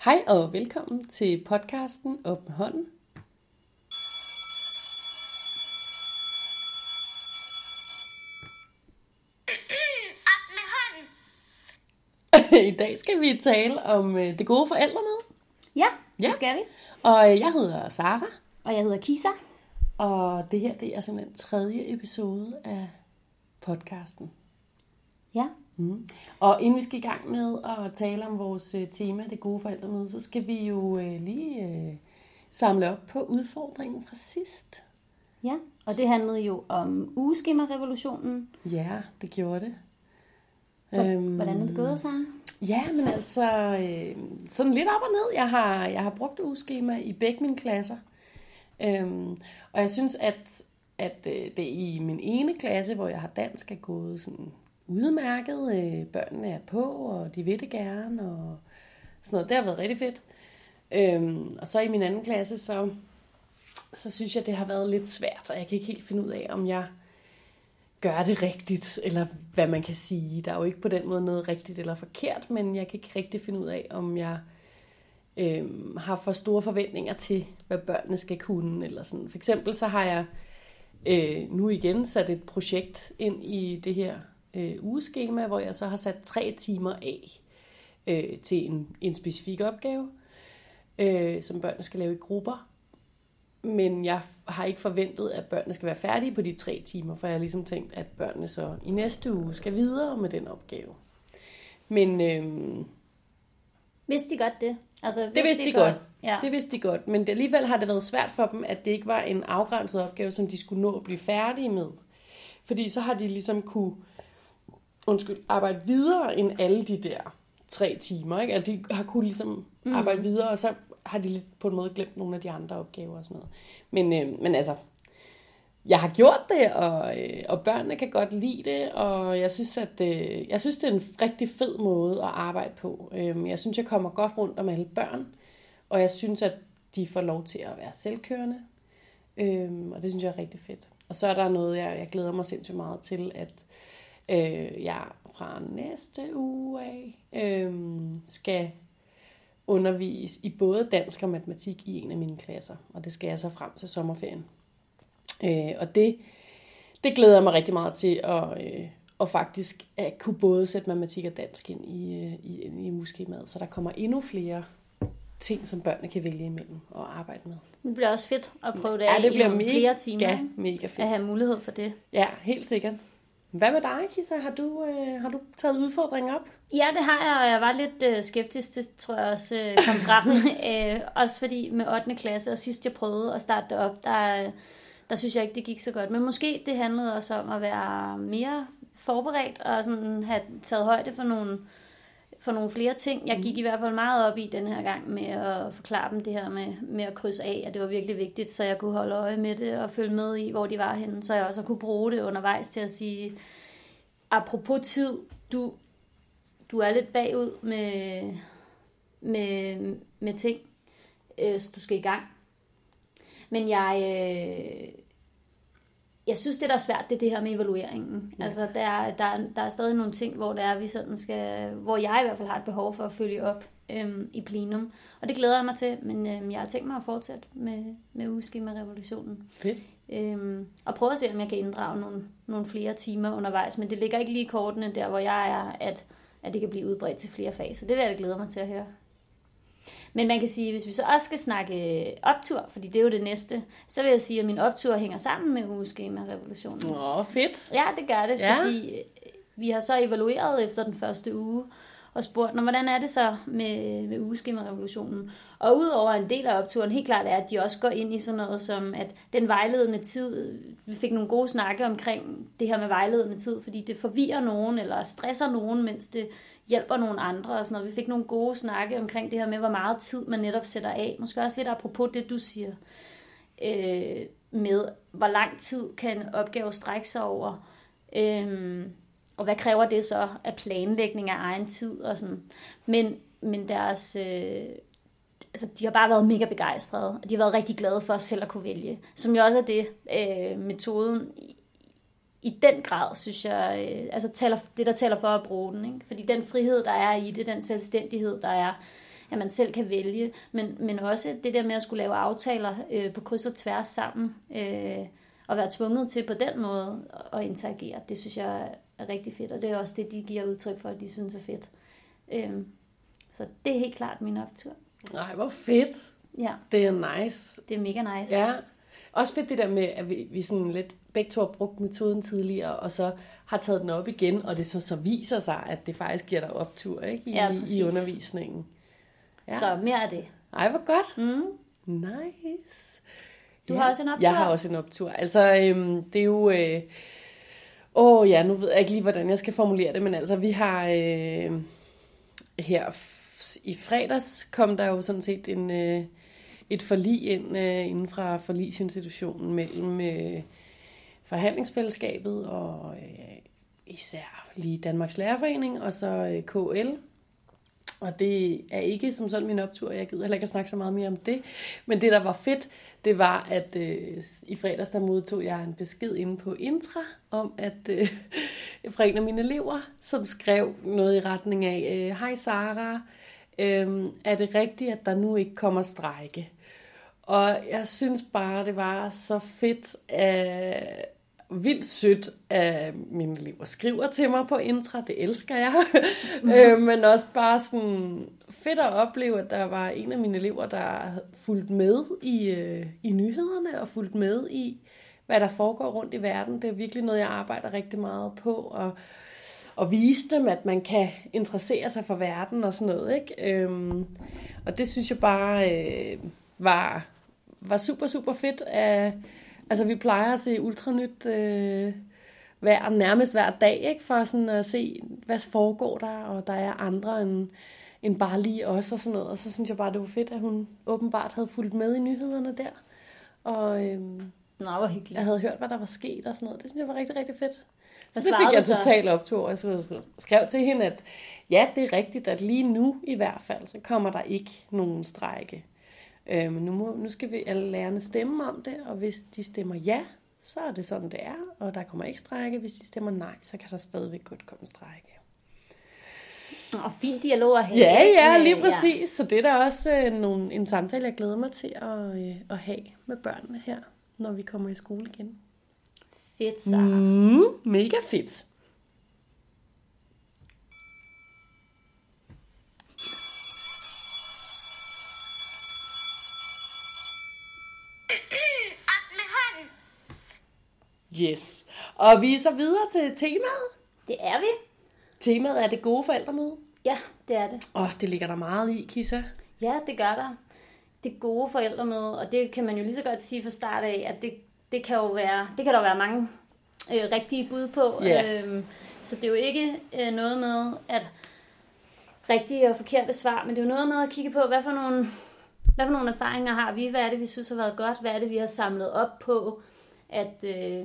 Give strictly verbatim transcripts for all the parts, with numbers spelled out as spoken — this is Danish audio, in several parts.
Hej og velkommen til podcasten Op med hånden. Op med hånden! I dag skal vi tale om øh, det gode forældremøde. Ja, Ja. det skal vi. Og øh, jeg hedder Sara, Og jeg hedder Kisa. og det her det er simpelthen tredje episode af podcasten. Ja. Mm. Og inden vi skal i gang med at tale om vores øh, tema, det gode forældremøde, så skal vi jo øh, lige øh, samle op på udfordringen fra sidst. Ja, og det handlede jo om ugeskema-revolutionen. Ja, det gjorde det. Øhm, Hvordan er det gået, Sara? Ja, men altså, øh, sådan lidt op og ned. Jeg har, jeg har brugt ugeskema i begge mine klasser. Øhm, og jeg synes, at, at øh, det i min ene klasse, hvor jeg har dansk, er gået sådan udmærket. Øh, børnene er på, og de vil det gerne, og sådan noget. Det har været rigtig fedt. Øhm, og så i min anden klasse, så, så synes jeg, det har været lidt svært, og jeg kan ikke helt finde ud af, om jeg gør det rigtigt, eller hvad man kan sige. Der er jo ikke på den måde noget rigtigt eller forkert, men jeg kan ikke rigtig finde ud af, om jeg øhm, har for store forventninger til, hvad børnene skal kunne. Eller sådan. For eksempel så har jeg øh, nu igen sat et projekt ind i det her øh, ugeskema, hvor jeg så har sat tre timer af øh, til en, en specifik opgave, øh, som børnene skal lave i grupper. Men jeg har ikke forventet, at børnene skal være færdige på de tre timer, for jeg har ligesom tænkt, at børnene så i næste uge skal videre med den opgave. Men øhm, Vidste de godt det? Altså, det vidste de godt. Ja. Det vidste de godt, men det, alligevel har det været svært for dem, at det ikke var en afgrænset opgave, som de skulle nå at blive færdige med. Fordi så har de ligesom kunne undskyld, arbejde videre end alle de der tre timer. Ikke? Altså, de har kunne ligesom mm. arbejde videre, og så har de lidt på en måde glemt nogle af de andre opgaver og sådan noget. Men, øh, men altså, jeg har gjort det, og, øh, og børnene kan godt lide det, og jeg synes, at øh, jeg synes, det er en rigtig fed måde at arbejde på. Øh, jeg synes, jeg kommer godt rundt om alle børn, og jeg synes, at de får lov til at være selvkørende, øh, og det synes jeg er rigtig fedt. Og så er der noget, jeg, jeg glæder mig sindssygt meget til, at øh, jeg fra næste uge af øh, skal undervise i både dansk og matematik i en af mine klasser, og det skal jeg så frem til sommerferien. Øh, og det, det glæder jeg mig rigtig meget til, at, øh, at faktisk at kunne både sætte matematik og dansk ind i, øh, i, i ugeskemaet, så der kommer endnu flere ting, som børnene kan vælge imellem og arbejde med. Det bliver også fedt at prøve det Ja, af det bliver i nogle mega, flere timer. mega fedt. At have mulighed for det. Ja, helt sikkert. Hvad med dig, Kisa? Har du, øh, har du taget udfordringen op? Ja, det har jeg, og jeg var lidt øh, skeptisk, det tror jeg også øh, kom frem. øh, også fordi med ottende klasse, og sidst jeg prøvede at starte det op, der, der synes jeg ikke, det gik så godt. Men måske det handlede også om at være mere forberedt, og sådan have taget højde for nogle, for nogle flere ting. Jeg gik i hvert fald meget op i den her gang med at forklare dem det her med, med at krydse af, at det var virkelig vigtigt, så jeg kunne holde øje med det og følge med i, hvor de var henne, så jeg også kunne bruge det undervejs til at sige, apropos tid, du, du er lidt bagud med, med, med ting, øh, så du skal i gang. Men jeg, øh, jeg synes, det der er svært, det er det her med evalueringen. Ja. Altså, der, der, der er stadig nogle ting, hvor, der er, vi sådan skal, hvor jeg i hvert fald har et behov for at følge op øhm, i plenum. Og det glæder jeg mig til, men øhm, jeg har tænkt mig at fortsætte med, med ugeskema-revolutionen. Fedt. Øhm, og prøve at se, om jeg kan inddrage nogle, nogle flere timer undervejs. Men det ligger ikke lige i kortene der, hvor jeg er, at, at det kan blive udbredt til flere fag. Så det vil jeg glæde mig til at høre. Men man kan sige, hvis vi så også skal snakke optur, fordi det er jo det næste, så vil jeg sige, at min optur hænger sammen med ugeskema-revolutionen. Åh, fedt. Ja, det gør det, Ja. fordi vi har så evalueret efter den første uge, og spurgt, hvordan er det så med, med ugeskema-revolutionen? Og udover en del af opturen, helt klart er, at de også går ind i sådan noget som, at den vejledende tid, vi fik nogle gode snakke omkring det her med vejledende tid, fordi det forvirrer nogen, eller stresser nogen, mens det hjælper nogle andre og sådan noget. Vi fik nogle gode snakke omkring det her med, hvor meget tid man netop sætter af. Måske også lidt apropos det, du siger, øh, med hvor lang tid kan en opgave strække sig over. Øh, og hvad kræver det så af planlægning af egen tid og sådan. Men, men deres, øh, altså de har bare været mega begejstrede, og de har været rigtig glade for selv at kunne vælge. Som jo også er det, øh, metoden i, i den grad, synes jeg, øh, altså taler, det der taler for at bruge den. Ikke? Fordi den frihed, der er i det, den selvstændighed, der er, at man selv kan vælge, men, men også det der med at skulle lave aftaler øh, på kryds og tværs sammen, øh, og være tvunget til på den måde at interagere, det synes jeg er rigtig fedt, og det er også det, de giver udtryk for, at de synes er fedt. Øh, så det er helt klart min optur. Nej, hvor fedt. Ja. Det er nice. Det er mega nice. Ja. Også fedt det der med, at vi, vi sådan lidt begge to har brugt metoden tidligere, og så har taget den op igen, og det så, så viser sig, at det faktisk giver dig optur, ikke? I, Ja, i undervisningen. Ja. Så mere af det. Ej, hvor godt. Mm. Nice. Du ja. har også en optur? Jeg har også en optur. Altså, øhm, det er jo... Øh... Åh oh, ja, nu ved jeg ikke lige, hvordan jeg skal formulere det, men altså, vi har... Øh... Her f- i fredags kom der jo sådan set en... Øh... et forlig ind øh, inden fra forligsinstitutionen mellem øh, forhandlingsfællesskabet og øh, især lige Danmarks Lærerforening og så øh, K L. Og det er ikke som sådan min optur, jeg gider heller ikke at snakke så meget mere om det. Men det, der var fedt, det var, at øh, i fredags der modtog jeg en besked inde på Intra om, at øh, fra en af mine elever, som skrev noget i retning af, øh, hej Sara, øh, er det rigtigt, at der nu ikke kommer strejke? Og jeg synes bare, det var så fedt, uh, vildt sødt, at mine elever skriver til mig på Intra. Det elsker jeg. uh, men også bare sådan fedt at opleve, at der var en af mine elever, der fulgte med i, uh, i nyhederne og fulgte med i, hvad der foregår rundt i verden. Det er virkelig noget, jeg arbejder rigtig meget på. Og, og vise dem, at man kan interessere sig for verden og sådan noget. Ikke? Um, og det synes jeg bare... Uh, var, var super, super fedt. Uh, altså, vi plejer at se Ultranyt uh, hver, nærmest hver dag, ikke? For sådan at se, hvad foregår der, og der er andre end, end bare lige os og sådan noget. Og så synes jeg bare, det var fedt, at hun åbenbart havde fulgt med i nyhederne der. Og uh, Nå, hvor hyggeligt. Jeg havde hørt, hvad der var sket og sådan noget. Det synes jeg var rigtig, rigtig fedt. Så Hvad det fik jeg så? totalt optur, og jeg skrev til hende, at ja, det er rigtigt, at lige nu i hvert fald, så kommer der ikke nogen strejke. Øh, men nu, må, nu skal vi alle lærerne stemme om det, og hvis de stemmer ja, så er det sådan, det er, og der kommer ikke strejke. Hvis de stemmer nej, så kan der stadigvæk godt komme strejke. Og fin dialog at have. Ja, ja, lige præcis. Ja. Så det er da også øh, nogle, en samtale, jeg glæder mig til at, øh, at have med børnene her, når vi kommer i skole igen. Fedt, så. Mm, mega fedt. Yes. Og vi er så videre til temaet. Det er vi. Temaet er det gode forældremøde. Ja, det er det. Åh, det ligger der meget i, Kissa. Ja, det gør der. Det gode forældremøde, og det kan man jo lige så godt sige fra start af, at det, det kan jo være, det kan der være mange øh, rigtige bud på. Yeah. Øhm, så det er jo ikke øh, noget med, at rigtige og forkerte svar, men det er jo noget med at kigge på, hvad for nogle, hvad for nogle erfaringer har vi, hvad er det, vi synes har været godt, hvad er det, vi har samlet op på, at, øh,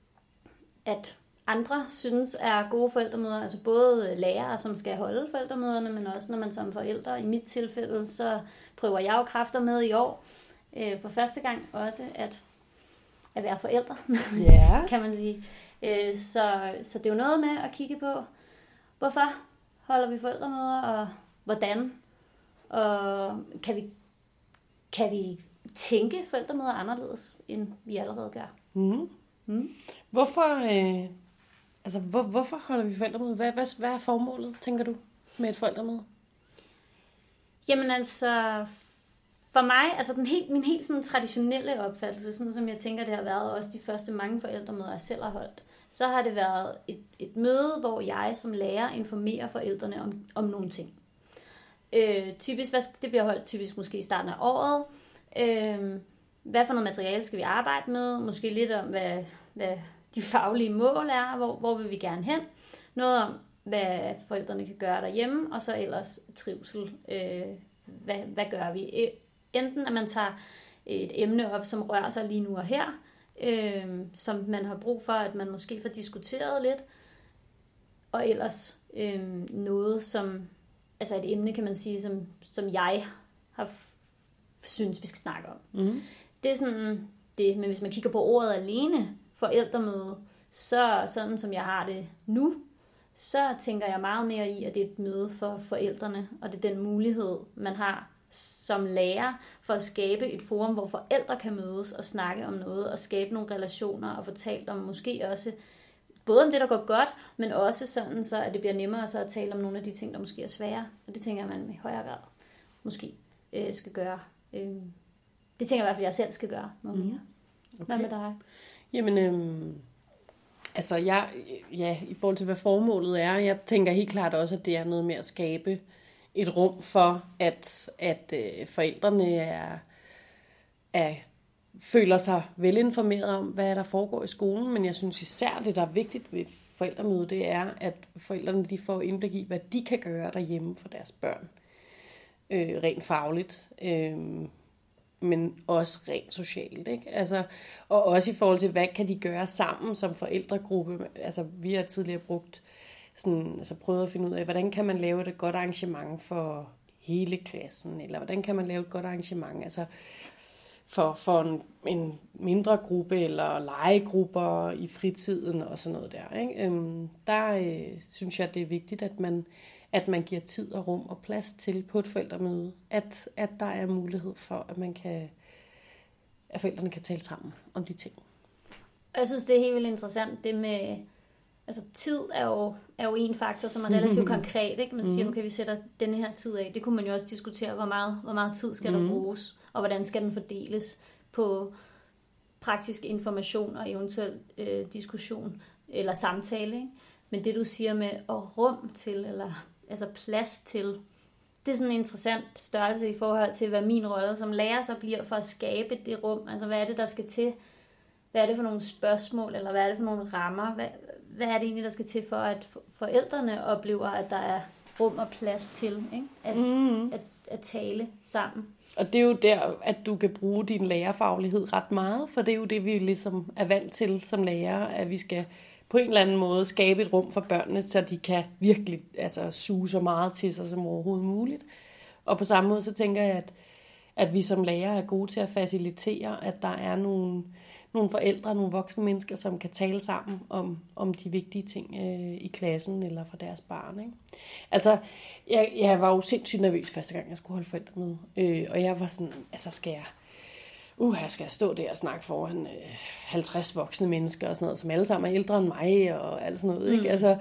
at andre synes er gode forældremøder, altså både lærere, som skal holde forældremøderne, men også når man som forældre, i mit tilfælde, så prøver jeg jo kræfter med i år, øh, for første gang også, at, at være forældre, yeah. kan man sige. Øh, så, så det er jo noget med at kigge på, hvorfor holder vi forældremøder, og hvordan, og kan vi, kan vi tænke forældremøder anderledes, end vi allerede gør. Mm. Mm. Hvorfor, øh, altså, hvor, hvorfor holder vi forældremøde? Hvad, hvad, hvad er formålet, tænker du, med et forældremøde? Jamen altså, for mig, altså den helt, min helt sådan traditionelle opfattelse, sådan som jeg tænker, det har været også de første mange forældremøder, jeg selv har holdt, så har det været et, et møde, hvor jeg som lærer informerer forældrene om, om nogle ting. Øh, typisk, hvad, det bliver holdt typisk måske i starten af året. Øh, hvad for noget materiale skal vi arbejde med? Måske lidt om, hvad, hvad de faglige mål er, hvor, hvor vil vi gerne hen. Noget om, hvad forældrene kan gøre derhjemme, og så ellers trivsel. Øh, hvad, hvad gør vi? Enten at man tager et emne op, som rører sig lige nu og her, øh, som man har brug for, at man måske får diskuteret lidt, og ellers øh, noget, som, altså et emne, kan man sige, som, som jeg har f- synes, vi skal snakke om. Mm. Det er sådan det, men hvis man kigger på ordet alene, forældremøde, så sådan som jeg har det nu, så tænker jeg meget mere i, at det er et møde for forældrene, og det er den mulighed, man har som lærer for at skabe et forum, hvor forældre kan mødes og snakke om noget, og skabe nogle relationer, og fortælle om måske også, både om det, der går godt, men også sådan, så at det bliver nemmere så at tale om nogle af de ting, der måske er svære. Og det tænker jeg, man i højere grad måske øh, skal gøre. Øh, det tænker jeg i hvert fald, jeg selv skal gøre noget mere. Okay. Hvad med dig? Jamen, øhm, altså jeg, ja, i forhold til hvad formålet er, jeg tænker helt klart også, at det er noget med at skabe et rum for, at, at øh, forældrene er, er, føler sig velinformeret om, hvad der foregår i skolen, men jeg synes især, det der er vigtigt ved forældremødet, det er, at forældrene de får indblik i, hvad de kan gøre derhjemme for deres børn. Øh, rent fagligt, øh, men også rent socialt, ikke? Altså, og også i forhold til, hvad kan de gøre sammen som forældregruppe. Altså, vi har tidligere brugt sådan, altså prøvet at finde ud af, hvordan kan man lave et godt arrangement for hele klassen, eller hvordan kan man lave et godt arrangement, altså for, for en, en mindre gruppe, eller legegrupper i fritiden, og sådan noget der, ikke? Øhm, der øh, synes jeg, det er vigtigt, at man, at man giver tid og rum og plads til på et forældremøde, at, at der er mulighed for, at man kan, at forældrene kan tale sammen om de ting. Jeg synes, det er helt vildt interessant, det med, altså tid er jo, er jo en faktor, som er relativt konkret, ikke? Man siger, okay, vi sætter denne her tid af. Det kunne man jo også diskutere, hvor meget, hvor meget tid skal der bruges, og hvordan skal den fordeles på praktisk information og eventuel øh, diskussion eller samtale, ikke? Men det du siger med at rum til, eller altså plads til, det er sådan en interessant størrelse i forhold til, hvad min rolle som lærer så bliver for at skabe det rum. Altså hvad er det, der skal til? Hvad er det for nogle spørgsmål, eller hvad er det for nogle rammer? Hvad, hvad er det egentlig, der skal til for, at forældrene oplever, at der er rum og plads til, ikke? At, mm. at, at tale sammen? Og det er jo der, at du kan bruge din lærerfaglighed ret meget, for det er jo det, vi ligesom er vant til som lærere, at vi skal på en eller anden måde skabe et rum for børnene, så de kan virkelig altså, suge så meget til sig som overhovedet muligt. Og på samme måde, så tænker jeg, at, at vi som lærere er gode til at facilitere, at der er nogle, nogle forældre, nogle voksne mennesker, som kan tale sammen om, om de vigtige ting øh, i klassen eller for deres barn, ikke? Altså, jeg, jeg var jo sindssygt nervøs første gang, jeg skulle holde forældremøde. Øh, og jeg var sådan, altså skal jeg... Uh, her skal jeg stå der og snakke foran øh, halvtreds voksne mennesker og sådan noget, som alle sammen er ældre end mig og alt sådan noget, ikke? Mm. Altså,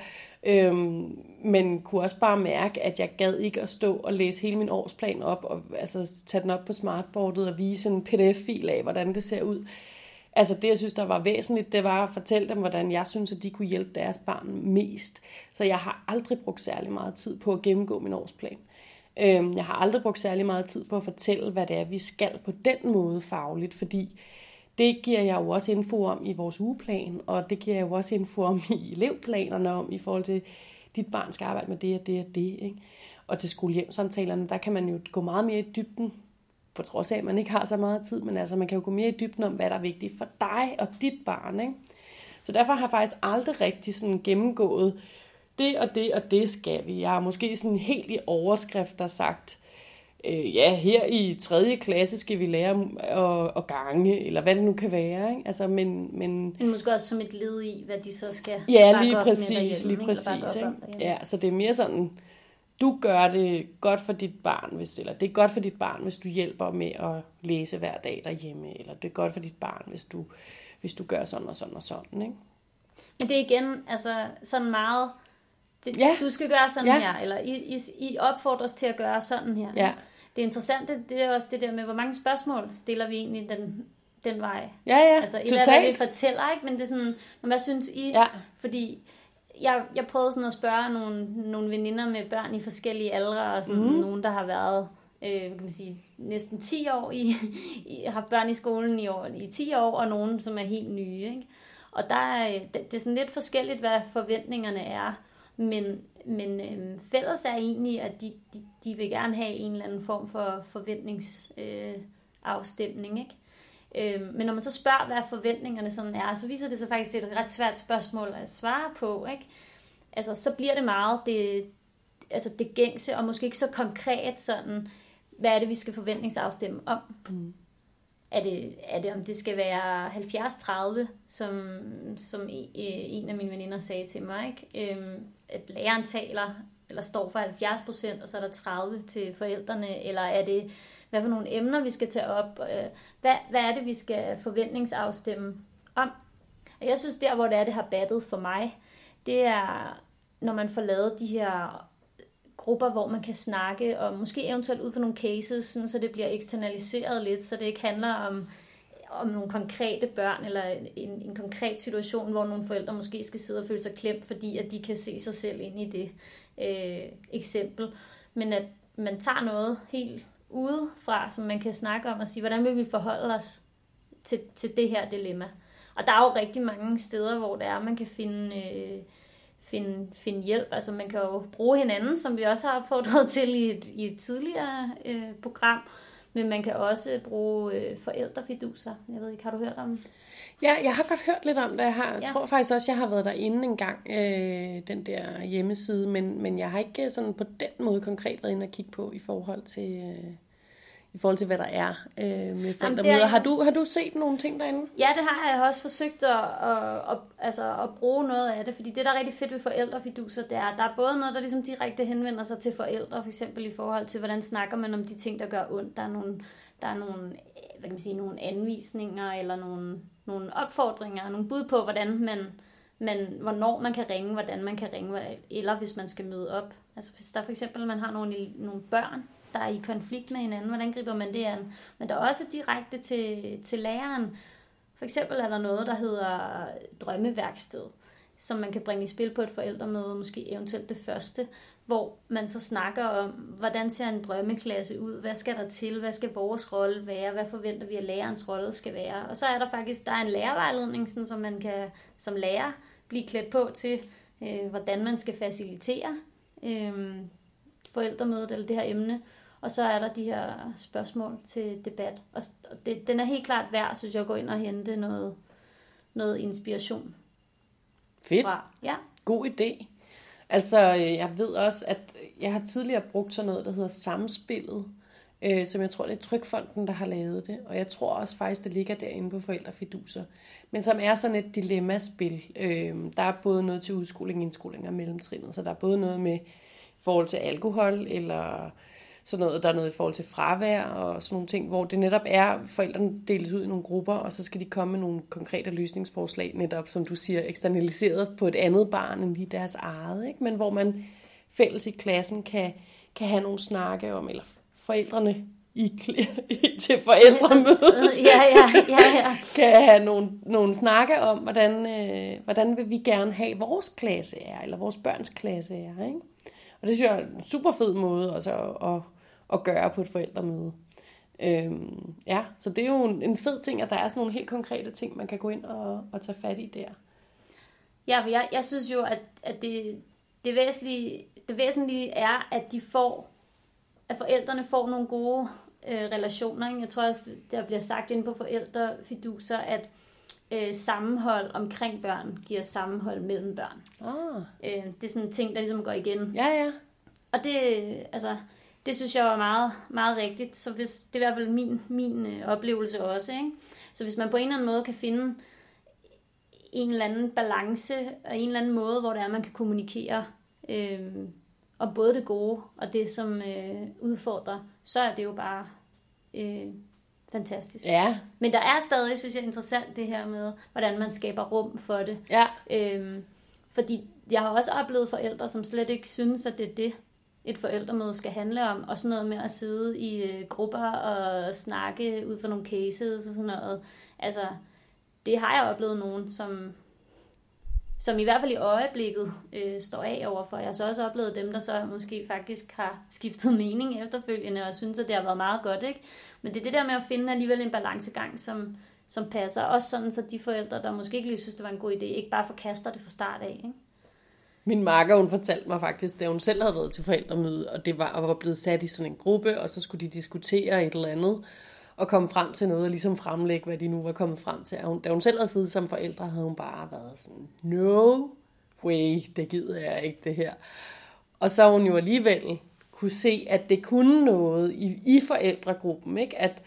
øhm, men kunne også bare mærke, at jeg gad ikke at stå og læse hele min årsplan op og altså tage den op på smartboardet og vise en pdf-fil af, hvordan det ser ud. Altså det, jeg synes, der var væsentligt, det var at fortælle dem, hvordan jeg synes, at de kunne hjælpe deres barn mest. Så jeg har aldrig brugt særlig meget tid på at gennemgå min årsplan. Jeg har aldrig brugt særlig meget tid på at fortælle, hvad det er, vi skal på den måde fagligt, fordi det giver jeg jo også info om i vores ugeplan, og det giver jeg jo også info om i elevplanerne om, i forhold til, dit barn skal arbejde med det og det og det, ikke? Og til skolehjemsamtalerne, der kan man jo gå meget mere i dybden, på trods af, at man ikke har så meget tid, men altså man kan jo gå mere i dybden om, hvad der er vigtigt for dig og dit barn, ikke? Så derfor har jeg faktisk aldrig rigtig sådan gennemgået, det og det og det skal vi. Jeg har måske sådan helt i overskrifter sagt, øh, ja, her i tredje klasse skal vi lære at, at gange, eller hvad det nu kan være, ikke? Altså, men, men... men måske også som et led i, hvad de så skal ja, lige præcis, lige præcis, ikke? Ja, så det er mere sådan, du gør det godt for dit barn, hvis, eller det er godt for dit barn, hvis du hjælper med at læse hver dag derhjemme, eller det er godt for dit barn, hvis du, hvis du gør sådan og sådan og sådan, ikke? Men det er igen, altså sådan meget... Det, ja. Du skal gøre sådan ja. her, eller I, I, I opfordres til at gøre sådan her. Ja. Det interessante, det er også det der med, hvor mange spørgsmål stiller vi egentlig den, den vej. Ja, ja, altså, totalt. Hvad vi fortæller, ikke? Men det er sådan, hvad synes I? Ja. Fordi jeg, jeg prøvede sådan at spørge nogle, nogle veninder med børn i forskellige aldre, og sådan mm. nogen, der har været øh, kan man sige, næsten ti år i, i, har haft børn i skolen i, år, i ti år, og nogen, som er helt nye, ikke? Og der er, det, det er sådan lidt forskelligt, hvad forventningerne er. Men, men øhm, fælles er egentlig, at de, de, de vil gerne have en eller anden form for forventningsafstemning, øh, ikke? Øhm, men når man så spørger, hvad forventningerne sådan er, så viser det sig faktisk, at det er et ret svært spørgsmål at svare på, ikke? Altså, så bliver det meget det, altså det gængse, og måske ikke så konkret sådan, hvad er det, vi skal forventningsafstemme om? Mm. Er det, er det, om det skal være halvfjerds tredive, som, som en af mine veninder sagde til mig, ikke? Øhm, at læreren taler, eller står for halvfjerds procent, og så er der tredive til forældrene, eller er det, hvad for nogle emner, vi skal tage op? Hvad, hvad er det, vi skal forventningsafstemme om? Og jeg synes, der, hvor det er, det har battet for mig, det er, når man får lavet de her grupper, hvor man kan snakke, og måske eventuelt ud for nogle cases, sådan, så det bliver eksternaliseret lidt, så det ikke handler om, om nogle konkrete børn, eller en, en konkret situation, hvor nogle forældre måske skal sidde og føle sig klemt, fordi at de kan se sig selv ind i det øh, eksempel. Men at man tager noget helt udefra, som man kan snakke om, og sige, hvordan vil vi forholde os til, til det her dilemma. Og der er jo rigtig mange steder, hvor det er, man kan finde... Øh, Finde, finde hjælp. Altså man kan jo bruge hinanden, som vi også har opfordret til i et, i et tidligere øh, program, men man kan også bruge øh, forældrefiduser. Jeg ved ikke, har du hørt om det? Ja, jeg har godt hørt lidt om det. Jeg har, Ja. tror faktisk også, jeg har været derinde en gang, øh, den der hjemmeside, men, men jeg har ikke sådan på den måde konkret været inde og kigge på i forhold til... Øh i forhold til, hvad der er øh, med forældremøder. er- Har du, har du set nogle ting derinde? Ja, det har jeg også forsøgt at, at, at, altså at bruge noget af det, fordi det, der er rigtig fedt ved forældrefiduser, det er, at der er både noget, der ligesom direkte henvender sig til forældre, for eksempel i forhold til, hvordan snakker man om de ting, der gør ondt. Der er nogle, der er nogle, hvad kan man sige, nogle anvisninger, eller nogle, nogle opfordringer, nogle bud på, hvordan man, man, hvornår man kan ringe, hvordan man kan ringe, eller hvis man skal møde op. Altså hvis der for eksempel, man har nogle, nogle børn, der er i konflikt med hinanden, hvordan griber man det an? Men der er også direkte til, til læreren. For eksempel er der noget, der hedder drømmeværksted, som man kan bringe i spil på et forældremøde, måske eventuelt det første, hvor man så snakker om, hvordan ser en drømmeklasse ud, hvad skal der til, hvad skal vores rolle være, hvad forventer vi, at lærerens rolle skal være. Og så er der faktisk der er en lærervejledning, sådan, som man kan som lærer blive klædt på til, øh, hvordan man skal facilitere øh, forældremødet eller det her emne. Og så er der de her spørgsmål til debat. Og det, den er helt klart værd, synes jeg, at gå ind og hente noget, noget inspiration Fedt. fra. Ja. God idé. Altså, øh, jeg ved også, at jeg har tidligere brugt sådan noget, der hedder Samspillet, øh, som jeg tror, det er Trygfonden, der har lavet det. Og jeg tror også faktisk, det ligger derinde på forældrefiduser. Men som er sådan et dilemmaspil. Øh, der er både noget til udskoling, indskoling og mellemtrinnet. Så der er både noget med i forhold til alkohol, eller sådan noget, der er noget i forhold til fravær og sådan nogle ting, hvor det netop er, forældrene deles ud i nogle grupper, og så skal de komme med nogle konkrete løsningsforslag, netop, som du siger, eksternaliseret på et andet barn end lige deres eget, ikke? Men hvor man fælles i klassen kan, kan have nogle snakke om, eller forældrene i, til forældremødet Ja, ja, ja, ja. kan have nogle, nogle snakke om, hvordan, øh, hvordan vil vi gerne have vores klasse er, eller vores børns klasse er, ikke? Og det synes jeg er en super fed måde også at, at, at gøre på et forældremøde. Øhm, ja, så det er jo en, en fed ting, at der er sådan nogle helt konkrete ting, man kan gå ind og, og tage fat i der. Ja, for jeg, jeg synes jo, at, at det, det, væsentlige, det væsentlige er, at de får, at forældrene får nogle gode øh, relationer. Ikke? Jeg tror også, der bliver sagt inde på forældrefiduser, at øh, sammenhold omkring børn giver sammenhold mellem børn. Ah. Øh, det er sådan en ting, der ligesom går igen. Ja, ja. Og det, altså, det synes jeg var meget, meget rigtigt. Så hvis, det er i hvert fald min, min øh, oplevelse også. Ikke? Så hvis man på en eller anden måde kan finde en eller anden balance, og en eller anden måde, hvor det er, man kan kommunikere øh, om både det gode og det, som øh, udfordrer, så er det jo bare øh, fantastisk. Ja. Men der er stadig, synes jeg, interessant det her med, hvordan man skaber rum for det. Ja. Øh, fordi jeg har også oplevet forældre, som slet ikke synes, at det er det, et forældremøde skal handle om. Og sådan noget med at sidde i øh, grupper og snakke ud for nogle cases og sådan noget. Altså, det har jeg oplevet nogen, som, som i hvert fald i øjeblikket øh, står af overfor. Jeg har så også oplevet dem, der så måske faktisk har skiftet mening efterfølgende, og synes, at det har været meget godt, ikke? Men det er det der med at finde alligevel en balancegang, som, som passer. Også sådan, så de forældre, der måske ikke lige synes, det var en god idé, ikke bare forkaster det fra start af, ikke? Min makker, hun fortalte mig faktisk, da hun selv havde været til forældremøde, og det var, og var blevet sat i sådan en gruppe, og så skulle de diskutere et eller andet, og komme frem til noget, og ligesom fremlægge, hvad de nu var kommet frem til. Og hun, da hun selv havde siddet som forældre, havde hun bare været sådan, no way, det gider jeg ikke, det her. Og så hun jo alligevel kunne se, at det kunne noget i, i forældregruppen, ikke? At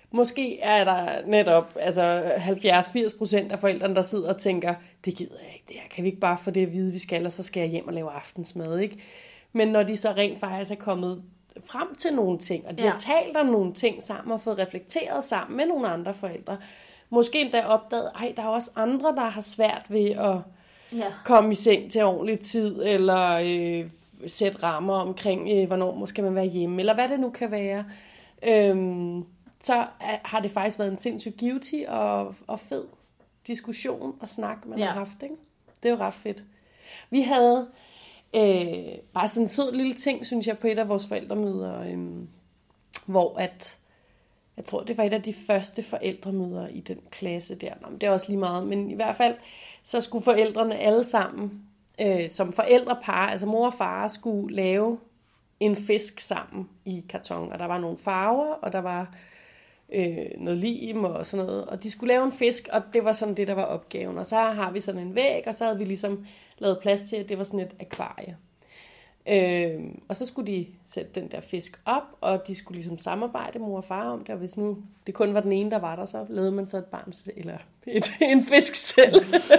Måske er der netop altså halvfjerds til firs procent af forældrene, der sidder og tænker, det gider jeg ikke, det her kan vi ikke bare få det at vide, vi skal, og så skal jeg hjem og lave aftensmad, ikke? Men når de så rent faktisk er kommet frem til nogle ting, og de ja. har talt om nogle ting sammen, og fået reflekteret sammen med nogle andre forældre, måske endda opdaget, ej, der er også andre, der har svært ved at ja. komme i seng til ordentlig tid, eller øh, sætte rammer omkring, øh, hvornår skal man være hjemme, eller hvad det nu kan være. Øhm, så har det faktisk været en sindssygt givtig og, og fed diskussion og snak, man ja. har haft, ikke? Det er jo ret fedt. Vi havde øh, bare sådan en sød lille ting, synes jeg, på et af vores forældremøder, øh, hvor at, jeg tror, det var et af de første forældremøder i den klasse der. Nå, det er også lige meget, men i hvert fald, så skulle forældrene alle sammen, øh, som forældrepar, altså mor og far, skulle lave en fisk sammen i karton, og der var nogle farver, og der var øh, noget lim og sådan noget, og de skulle lave en fisk, og det var sådan det, der var opgaven. Og så har vi sådan en væg, og så havde vi ligesom lavet plads til, at det var sådan et akvarie. Øh, og så skulle de sætte den der fisk op, og de skulle ligesom samarbejde, mor og far, om det, og hvis nu det kun var den ene, der var der, så lavede man så et barn, eller et, en fisk selv.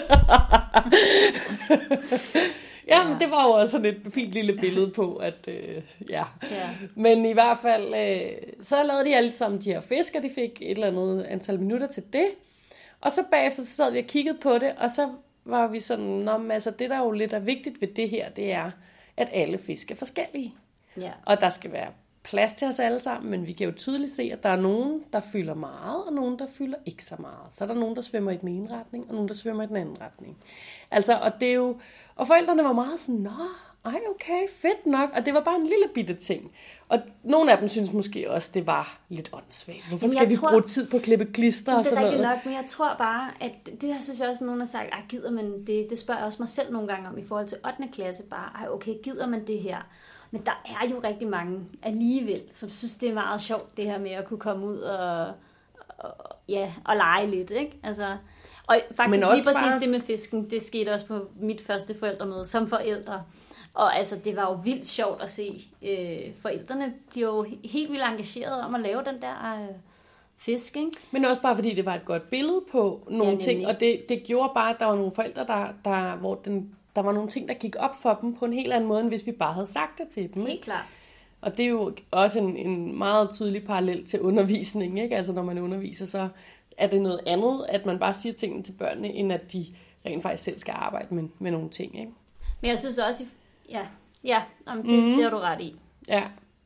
Ja, men det var jo også sådan et fint lille billede på, at øh, ja. ja. Men i hvert fald, øh, så lavede de alle sammen de her fisk, og de fik et eller andet antal minutter til det. Og så bagefter så sad vi og kiggede på det, og så var vi sådan, nå, men altså det der jo lidt er vigtigt ved det her, det er, at alle fisk er forskellige. Ja. Og der skal være plads til os alle sammen, men vi kan jo tydeligt se, at der er nogen, der fylder meget, og nogen, der fylder ikke så meget. Så er der nogen, der svømmer i den ene retning, og nogen, der svømmer i den anden retning. Altså, og det er jo, og forældrene var meget sådan, nå, ej okay, fedt nok, og det var bare en lille bitte ting. Og nogle af dem synes måske også, det var lidt åndssvagt. Hvorfor skal vi tror, bruge tid på at klippe klister og sådan noget? Det er rigtigt nok, men jeg tror bare, at det har synes jeg også, nogen har sagt, ej gider man det? Det spørger jeg også mig selv nogle gange om i forhold til ottende klasse, bare, ej okay, gider man det her? Men der er jo rigtig mange alligevel, som synes, det er meget sjovt, det her med at kunne komme ud og, og, ja, og lege lidt, ikke? Altså, og faktisk lige præcis bare det med fisken, det skete også på mit første forældremøde som forældre. Og altså, det var jo vildt sjovt at se. Øh, forældrene bliver jo helt vildt engageret om at lave den der øh, fisk, ikke? Men også bare fordi det var et godt billede på nogle ja, ting, og det, det gjorde bare, at der var nogle forældre, der, der, hvor den, der var nogle ting, der gik op for dem på en helt anden måde, end hvis vi bare havde sagt det til dem. Helt klart. Og det er jo også en, en meget tydelig parallel til undervisning, ikke? Altså når man underviser, så er det noget andet, at man bare siger tingene til børnene, end at de rent faktisk selv skal arbejde med, med nogle ting, ikke? Men jeg synes også, ja, ja det, mm. det har du ret i. Ja,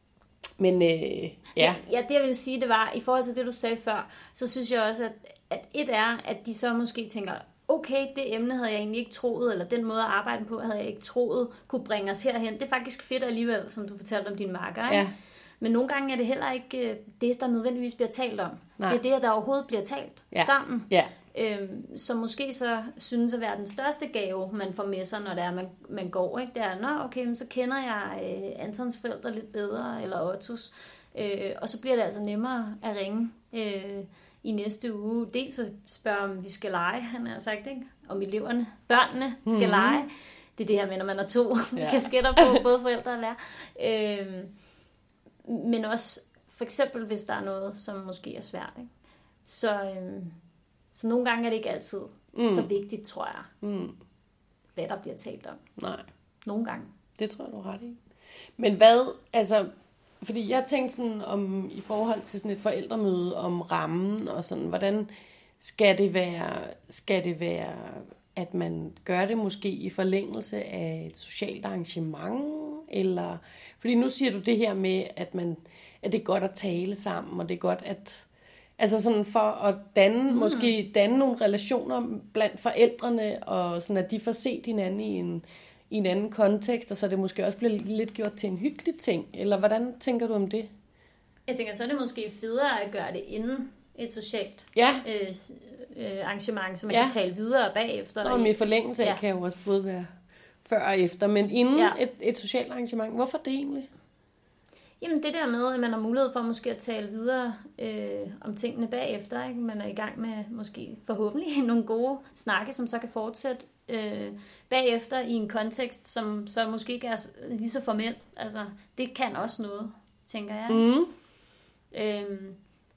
men øh, ja. Ja, det jeg ville sige, det var, i forhold til det, du sagde før, så synes jeg også, at, at et er, at de så måske tænker, okay, det emne havde jeg egentlig ikke troet, eller den måde at arbejde på, havde jeg ikke troet, kunne bringe os herhen. Det er faktisk fedt alligevel, som du fortalte om din makker, ikke? Ja. Men nogle gange er det heller ikke det, der nødvendigvis bliver talt om. Nej. Det er det, der overhovedet bliver talt ja. sammen. Ja. Øhm, så måske så synes at være den største gave, man får med sig, når det er, man, man går. Ikke? Det er, nå okay, men så kender jeg øh, Antons forældre lidt bedre, eller Ottos. Øh, og så bliver det altså nemmere at ringe øh, i næste uge. Dels at spørge, om vi skal lege, han har sagt, ikke? Om eleverne, børnene skal mm-hmm. lege. Det er det her med, når man har to ja. kasketter på, både forældre og lærer. Øh, men også for eksempel, hvis der er noget, som måske er svært. Ikke? Så, øhm, så nogle gange er det ikke altid mm. så vigtigt, tror jeg, mm. hvad der bliver talt om. Nej. Nogle gange. Det tror jeg, du er ret i. Men hvad, altså, fordi jeg tænkte sådan om, i forhold til sådan et forældremøde om rammen, og sådan, hvordan skal det være, skal det være, at man gør det måske i forlængelse af et socialt arrangement, eller, fordi nu siger du det her med, at man, at det er godt at tale sammen, og det er godt at, altså sådan for at danne, mm. måske danne nogle relationer blandt forældrene, og sådan at de får set hinanden i en, i en anden kontekst, og så det måske også bliver lidt gjort til en hyggelig ting, eller hvordan tænker du om det? Jeg tænker, så er det måske federe at gøre det inden et socialt ja. øh, øh, arrangement, så man ja. kan tale videre bagefter. Og med forlængelse ja. kan jo også både være før og efter, men inden ja. et, et socialt arrangement, hvorfor det egentlig? Jamen det der med, at man har mulighed for måske at tale videre øh, om tingene bagefter, ikke? Man er i gang med måske forhåbentlig nogle gode snakke, som så kan fortsætte øh, bagefter i en kontekst, som så måske ikke er lige så formel. Altså det kan også noget, tænker jeg. Mm. Øhm,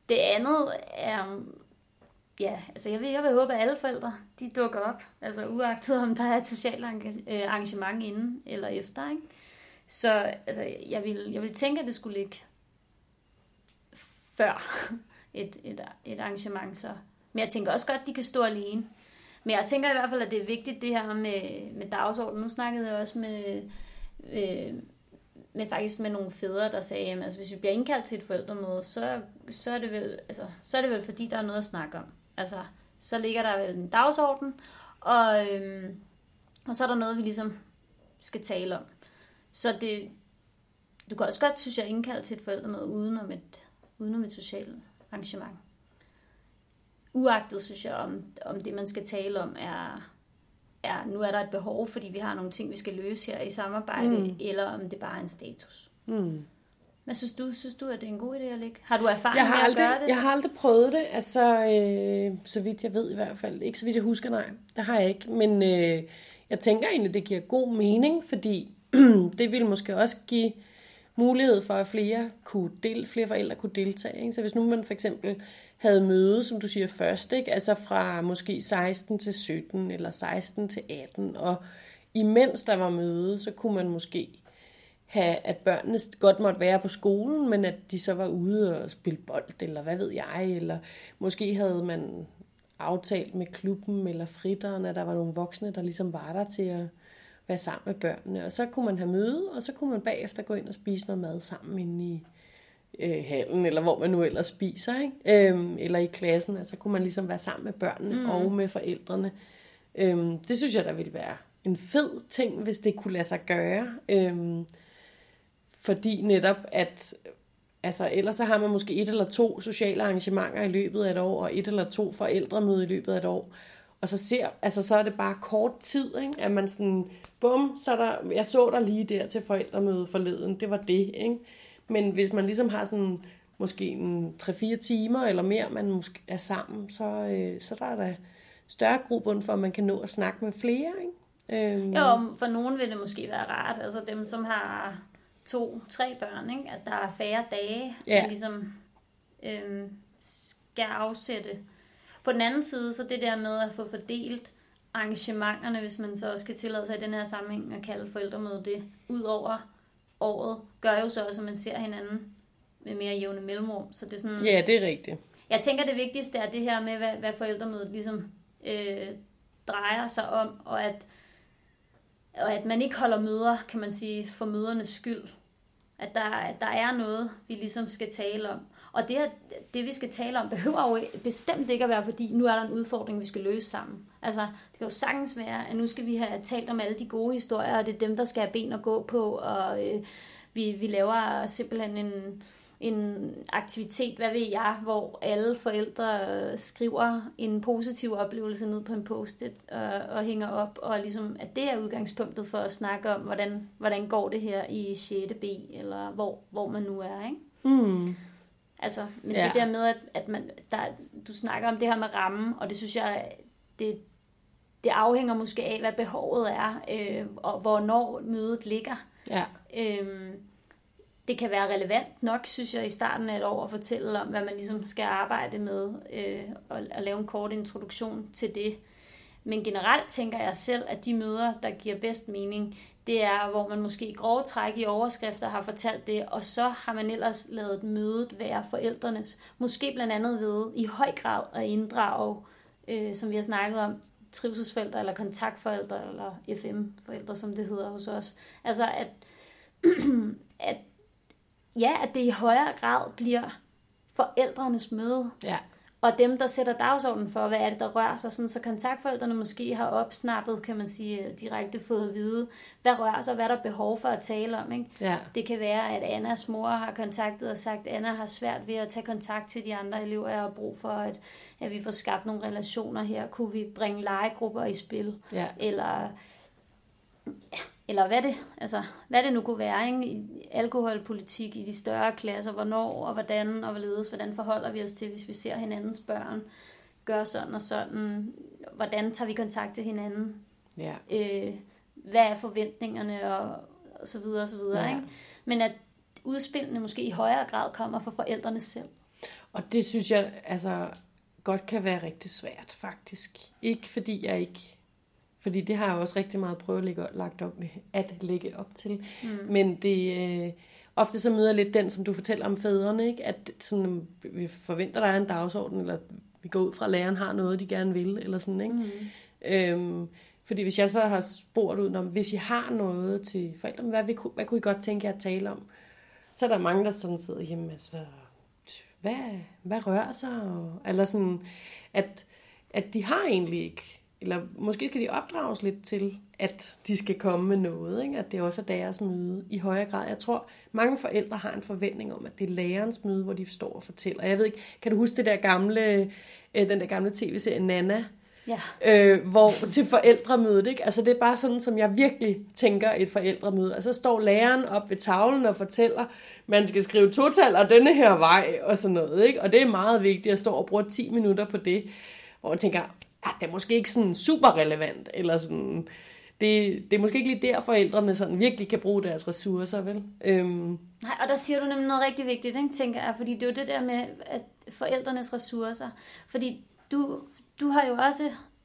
Det andet er, ja, altså jeg vil, jeg vil håbe, at alle forældre, de dukker op, altså uagtet om der er et socialt arrangement inden eller efter, ikke? Så altså, jeg vil, jeg vil tænke, at det skulle ligge før et, et, et arrangement, så. Men jeg tænker også godt, at de kan stå alene. Men jeg tænker i hvert fald, at det er vigtigt, det her med, med dagsordenen. Nu snakkede jeg også med, øh, med faktisk med nogle fædre, der sagde, at altså, hvis vi bliver indkaldt til et forældremøde, så, så, er det vel, altså, så er det vel fordi, der er noget at snakke om. Altså, så ligger der vel en dagsorden, og, øh, og så er der noget, vi ligesom skal tale om. Så det, du kan også godt, synes jeg, indkalde til et forældremøde udenom et, udenom et socialt arrangement. Uagtet, synes jeg, om, om det, man skal tale om, er, er, nu er der et behov, fordi vi har nogle ting, vi skal løse her i samarbejde, mm. eller om det bare er en status. Mm. Hvad synes du? Synes du, at det er en god idé at lægge? Har du erfaring jeg har med aldrig, at gøre det? Jeg har aldrig prøvet det, altså, øh, så vidt jeg ved i hvert fald. Ikke så vidt jeg husker, nej. Det har jeg ikke, men øh, jeg tænker egentlig, det giver god mening, fordi det ville måske også give mulighed for, at flere, kunne del, flere forældre kunne deltage. Ikke? Så hvis nu man for eksempel havde møde, som du siger først, ikke? Altså fra måske seksten til sytten eller seksten til atten, og imens der var møde, så kunne man måske have, at børnene godt måtte være på skolen, men at de så var ude og spille bold, eller hvad ved jeg, eller måske havde man aftalt med klubben eller fritteren, at der var nogle voksne, der ligesom var der til at være sammen med børnene, og så kunne man have møde, og så kunne man bagefter gå ind og spise noget mad sammen inde i øh, hallen, eller hvor man nu ellers spiser, ikke? Øhm, eller i klassen, og så kunne man ligesom være sammen med børnene mm. og med forældrene. Øhm, det synes jeg, der ville være en fed ting, hvis det kunne lade sig gøre. Øhm, fordi netop, at altså, ellers så har man måske et eller to sociale arrangementer i løbet af et år, og et eller to forældremøde i løbet af et år. Og så ser, altså så er det bare kort tid, ikke? At man sådan, bum, så er der, jeg så der lige der til forældremøde forleden, det var det, ikke? Men hvis man ligesom har sådan, måske en tre fire timer eller mere, man måske er sammen, så, øh, så der er der større grobund for, at man kan nå at snakke med flere, ikke? Øhm. Jo, for nogen vil det måske være rart, altså dem, som har to, tre børn, ikke? At der er færre dage, ja. Man ligesom øh, skal afsætte. På den anden side, så det der med at få fordelt arrangementerne, hvis man så også skal tillade sig i den her sammenhæng at kalde forældremøde det, ud over året, gør jo så også, at man ser hinanden med mere jævne mellemrum. Så det er sådan, ja, det er rigtigt. Jeg tænker, det vigtigste er det her med, hvad, hvad forældremødet ligesom øh, drejer sig om, og at, og at man ikke holder møder, kan man sige, for mødernes skyld. At der, at der er noget, vi ligesom skal tale om. Og det, det, vi skal tale om, behøver jo bestemt ikke at være, fordi nu er der en udfordring, vi skal løse sammen. Altså, det kan jo sagtens være, at nu skal vi have talt om alle de gode historier, og det er dem, der skal have ben at gå på, og øh, vi, vi laver simpelthen en, en aktivitet, hvad ved jeg, hvor alle forældre skriver en positiv oplevelse ned på en post-it og, og hænger op, og ligesom, at det er udgangspunktet for at snakke om, hvordan, hvordan går det her i sjette B, eller hvor, hvor man nu er, ikke? Mm. Altså, men ja. Det der med, at, at man, der, du snakker om det her med rammen, og det synes jeg, det, det afhænger måske af, hvad behovet er, øh, og hvornår mødet ligger. Ja. Øhm, det kan være relevant nok, synes jeg, i starten af et år at fortælle om, hvad man ligesom skal arbejde med, øh, og, og lave en kort introduktion til det. Men generelt tænker jeg selv, at de møder, der giver bedst mening, det er, hvor man måske i grove træk i overskrifter har fortalt det, og så har man ellers lavet mødet være forældrenes. Måske blandt andet ved i høj grad at inddrage, øh, som vi har snakket om, trivselsforældre eller kontaktforældre, eller F M-forældre, som det hedder hos os. Altså, at, at, ja, at det i højere grad bliver forældrenes møde. Ja. Og dem, der sætter dagsordenen for, hvad er det, der rører sig, sådan, så kontaktforældrene måske har opsnappet, kan man sige, direkte fået at vide, hvad rører sig, hvad er der behov for at tale om. Ikke? Ja. Det kan være, at Annas mor har kontaktet og sagt, at Anna har svært ved at tage kontakt til de andre elever, jeg har brug for, at, at vi får skabt nogle relationer her. Kunne vi bringe legegrupper i spil? Ja. Eller... Eller hvad det, altså, hvad det nu kunne være, ikke? Alkoholpolitik i de større klasser, hvornår og hvordan og hvorledes, hvordan forholder vi os til, hvis vi ser hinandens børn gøre sådan og sådan, hvordan tager vi kontakt til hinanden, ja. øh, hvad er forventningerne og, og så videre og så videre, ja. Ikke? Men at udspillene måske i højere grad kommer fra forældrene selv. Og det synes jeg altså godt kan være rigtig svært, faktisk. Ikke fordi jeg ikke... Fordi det har jeg også rigtig meget prøvet at lægge, lagt op, at lægge op til. Mm. Men det... Øh, ofte så møder jeg lidt den, som du fortæller om fædrene, ikke? At sådan, vi forventer, der er en dagsorden, eller vi går ud fra, at læreren har noget, de gerne vil, eller sådan, ikke? Mm. Øhm, fordi hvis jeg så har spurgt ud, om hvis I har noget til forældrene, hvad, hvad, hvad kunne I godt tænke jer at tale om? Så er der mange, der sådan sidder hjemme, altså, hvad, hvad rører sig? Eller sådan, at, at de har egentlig ikke, eller måske skal de opdrages lidt til, at de skal komme med noget, ikke? At det også er deres møde i højere grad. Jeg tror, mange forældre har en forventning om, at det er lærerens møde, hvor de står og fortæller. Jeg ved ikke, kan du huske det der gamle, den der gamle tv-serie Nana? Ja. Øh, hvor til forældremødet, ikke? Altså det er bare sådan, som jeg virkelig tænker et forældremøde. Altså så står læreren op ved tavlen og fortæller, man skal skrive total og denne her vej, og sådan noget, ikke? Og det er meget vigtigt at stå og bruge ti minutter på det, hvor jeg tænker, ah, det er måske ikke sådan super relevant, eller sådan, det, det er måske ikke lige der, forældrene sådan virkelig kan bruge deres ressourcer, vel? Øhm. Nej, og der siger du nemlig noget rigtig vigtigt, ikke, tænker jeg, fordi det er jo det der med at forældrenes ressourcer, fordi du, du har jo også,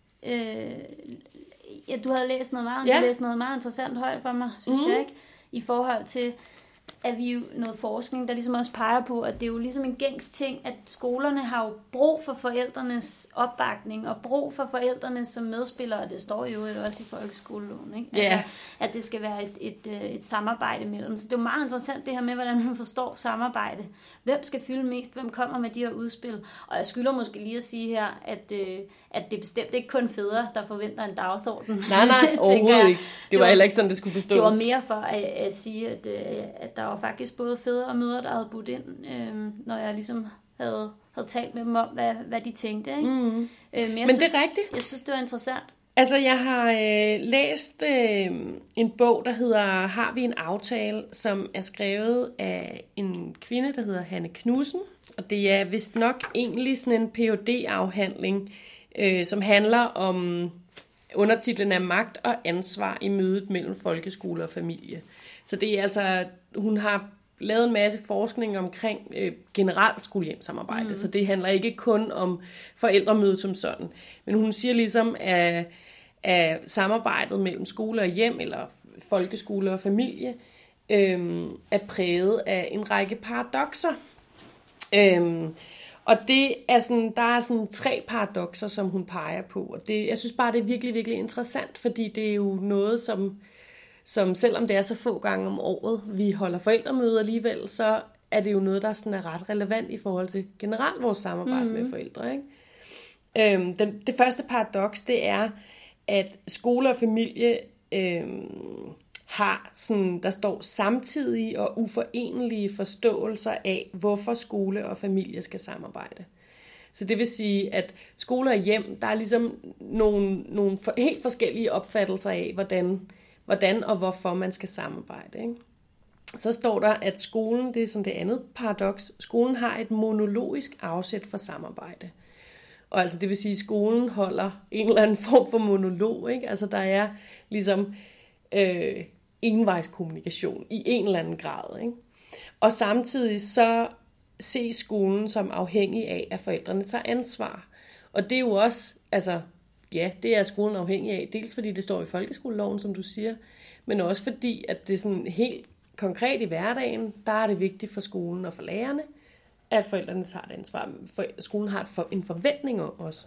øh, ja, du havde læst noget meget, ja. Du læste noget meget interessant højt for mig, synes mm. jeg, ikke, i forhold til, at vi jo noget forskning, der ligesom også peger på, at det er jo ligesom en gængs ting, at skolerne har jo brug for forældrenes opbakning, og brug for forældrene som medspillere, og det står jo også i folkeskoleloven, ikke? Altså, yeah. At det skal være et, et, et samarbejde mellem. Så det er jo meget interessant det her med, hvordan man forstår samarbejde. Hvem skal fylde mest? Hvem kommer med de her udspil? Og jeg skylder måske lige at sige her, at, øh, at det er bestemt ikke kun fædre, der forventer en dagsorden. Nej, nej, overhovedet ikke. Det, det var heller ikke sådan, det skulle forstås. Det var mere for at, at sige, at, at der var faktisk både fædre og mødre, der havde budt ind, øh, når jeg ligesom havde, havde talt med dem om, hvad, hvad de tænkte. Ikke? Mm. Øh, men men synes, det er rigtigt. Jeg synes, det var interessant. Altså, jeg har øh, læst øh, en bog, der hedder Har vi en aftale, som er skrevet af en kvinde, der hedder Hanne Knudsen. Og det er vist nok egentlig sådan en P H D-afhandling, øh, som handler om undertitlen af magt og ansvar i mødet mellem folkeskole og familie. Så det er altså, hun har lavet en masse forskning omkring øh, generelt skole-hjem-samarbejde, mm. så det handler ikke kun om forældremødet som sådan. Men hun siger ligesom, at, at samarbejdet mellem skole og hjem, eller folkeskole og familie, øh, er præget af en række paradokser. Øh, og det er sådan, der er sådan tre paradokser, som hun peger på. Og det, jeg synes bare, det er virkelig, virkelig interessant, fordi det er jo noget, som som selvom det er så få gange om året, vi holder forældremøder alligevel, så er det jo noget, der sådan er ret relevant i forhold til generelt vores samarbejde mm-hmm. med forældre. Ikke? Øhm, den, det første paradoks, det er, at skole og familie øhm, har sådan, der står samtidige og uforenelige forståelser af, hvorfor skole og familie skal samarbejde. Så det vil sige, at skole og hjem, der er ligesom nogle, nogle for, helt forskellige opfattelser af, hvordan hvordan og hvorfor man skal samarbejde. Ikke? Så står der, at skolen, det er som det andet paradoks, skolen har et monologisk afsæt for samarbejde. Og altså det vil sige, at skolen holder en eller anden form for monolog. Ikke? Altså der er ligesom øh, envejskommunikation i en eller anden grad. Ikke? Og samtidig så ses skolen som afhængig af, at forældrene tager ansvar. Og det er jo også, altså ja, det er skolen afhængig af, dels fordi det står i folkeskoleloven, som du siger, men også fordi, at det er sådan helt konkret i hverdagen, der er det vigtigt for skolen og for lærerne, at forældrene tager det ansvar. For skolen har for, en forventning om også,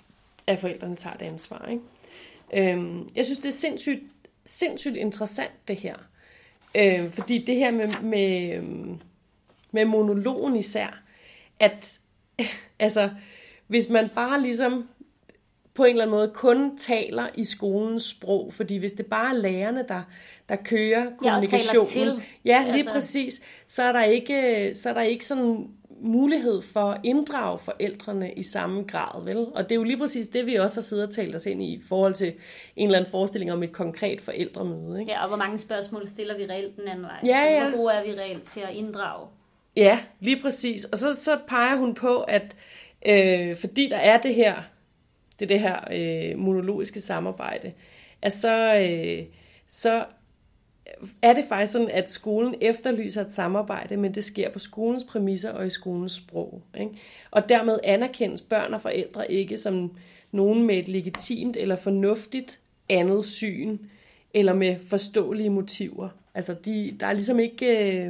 at forældrene tager det ansvar. Ikke? Øhm, jeg synes, det er sindssygt, sindssygt interessant, det her. Øhm, fordi det her med, med, med monologen især, at altså, hvis man bare ligesom på en eller anden måde kun taler i skolens sprog, fordi hvis det bare er lærerne, der, der kører kommunikationen, ja, lige altså. præcis, så er der ikke, så er der ikke sådan mulighed for at inddrage forældrene i samme grad, vel? Og det er jo lige præcis det, vi også har siddet og talt os ind i, i forhold til en eller anden forestilling om et konkret forældremøde, ikke? Ja, og hvor mange spørgsmål stiller vi reelt den anden vej? Ja, altså, ja. Hvor gode er vi reelt til at inddrage? Ja, lige præcis. Og så, så peger hun på, at øh, fordi der er det her, det, det her øh, monologiske samarbejde, at så, øh, så er det faktisk sådan, at skolen efterlyser et samarbejde, men det sker på skolens præmisser og i skolens sprog. Ikke? Og dermed anerkendes børn og forældre ikke som nogen med et legitimt eller fornuftigt andet syn, eller med forståelige motiver. Altså, de, der er ligesom ikke... Øh,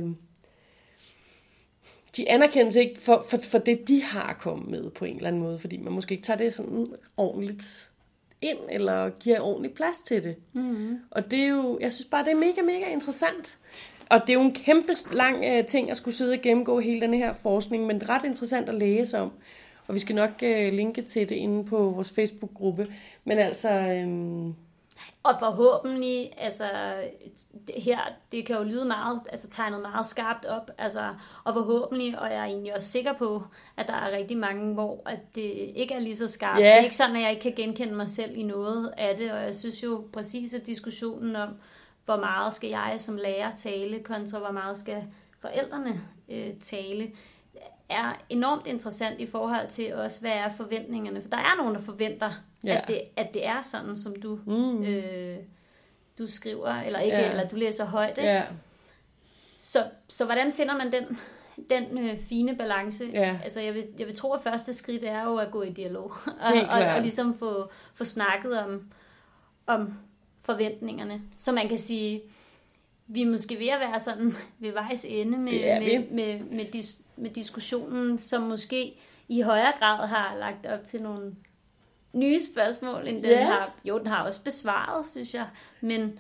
de anerkendes ikke for, for, for det, de har kommet med på en eller anden måde, fordi man måske ikke tager det sådan ordentligt ind, eller giver ordentlig plads til det. Mm-hmm. Og det er jo, jeg synes bare, det er mega, mega interessant. Og det er jo en kæmpe lang øh, ting at skulle sidde og gennemgå hele den her forskning, men det er ret interessant at læse om. Og vi skal nok øh, linke til det inde på vores Facebook-gruppe. Men altså... Øh, Og forhåbentlig, altså det her, det kan jo lyde meget, altså tegnet meget skarpt op, altså, og forhåbentlig, og jeg er egentlig også sikker på, at der er rigtig mange, hvor at det ikke er lige så skarpt. Yeah. Det er ikke sådan, at jeg ikke kan genkende mig selv i noget af det, og jeg synes jo præcis, at diskussionen om, hvor meget skal jeg som lærer tale, kontra hvor meget skal forældrene øh, tale, er enormt interessant i forhold til også, hvad er forventningerne. For der er nogen, der forventer, ja. at, det, at det er sådan, som du, mm. øh, du skriver, eller ikke, ja. eller du læser højt. Ikke? Ja. Så, så hvordan finder man den, den øh, fine balance? Ja. Altså, jeg vil, jeg vil tro, at første skridt er jo at gå i dialog, og, og, og ligesom få, få snakket om, om forventningerne. Så man kan sige, vi er måske ved at være sådan ved vejs ende med, med, med, med, dis, med diskussionen, som måske i højere grad har lagt op til nogle nye spørgsmål, end den yeah. har. Jo, den har også besvaret, synes jeg. Men,